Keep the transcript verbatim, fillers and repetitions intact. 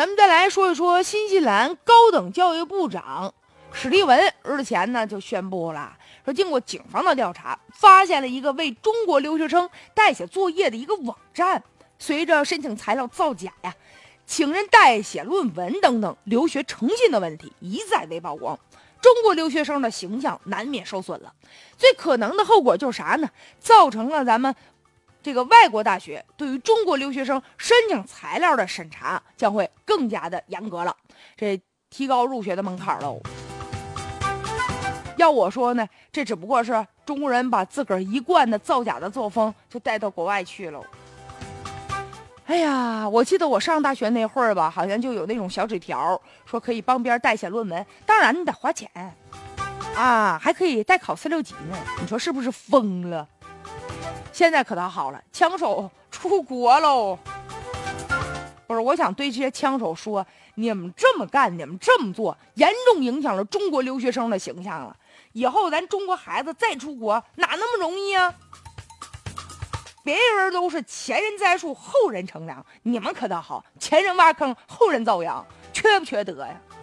咱们再来说一说新西兰高等教育部长史蒂文日前呢就宣布了，说经过警方的调查，发现了一个为中国留学生代写作业的一个网站，随着申请材料造假呀、请人代写论文等等留学诚信的问题一再被曝光，中国留学生的形象难免受损了。最可能的后果就是啥呢？造成了咱们这个外国大学对于中国留学生申请材料的审查将会更加的严格了，这提高入学的门槛喽。要我说呢，这只不过是中国人把自个儿一贯的造假的作风就带到国外去喽。哎呀，我记得我上大学那会儿吧，好像就有那种小纸条，说可以帮别人代写论文，当然你得花钱啊，还可以代考四六级呢。你说是不是疯了？现在可倒好了，枪手出国喽。不是，我想对这些枪手说，你们这么干，你们这么做，严重影响了中国留学生的形象了。以后咱中国孩子再出国，哪那么容易啊？别人都是前人栽树，后人乘凉，你们可倒好，前人挖坑，后人遭殃，缺不缺德呀？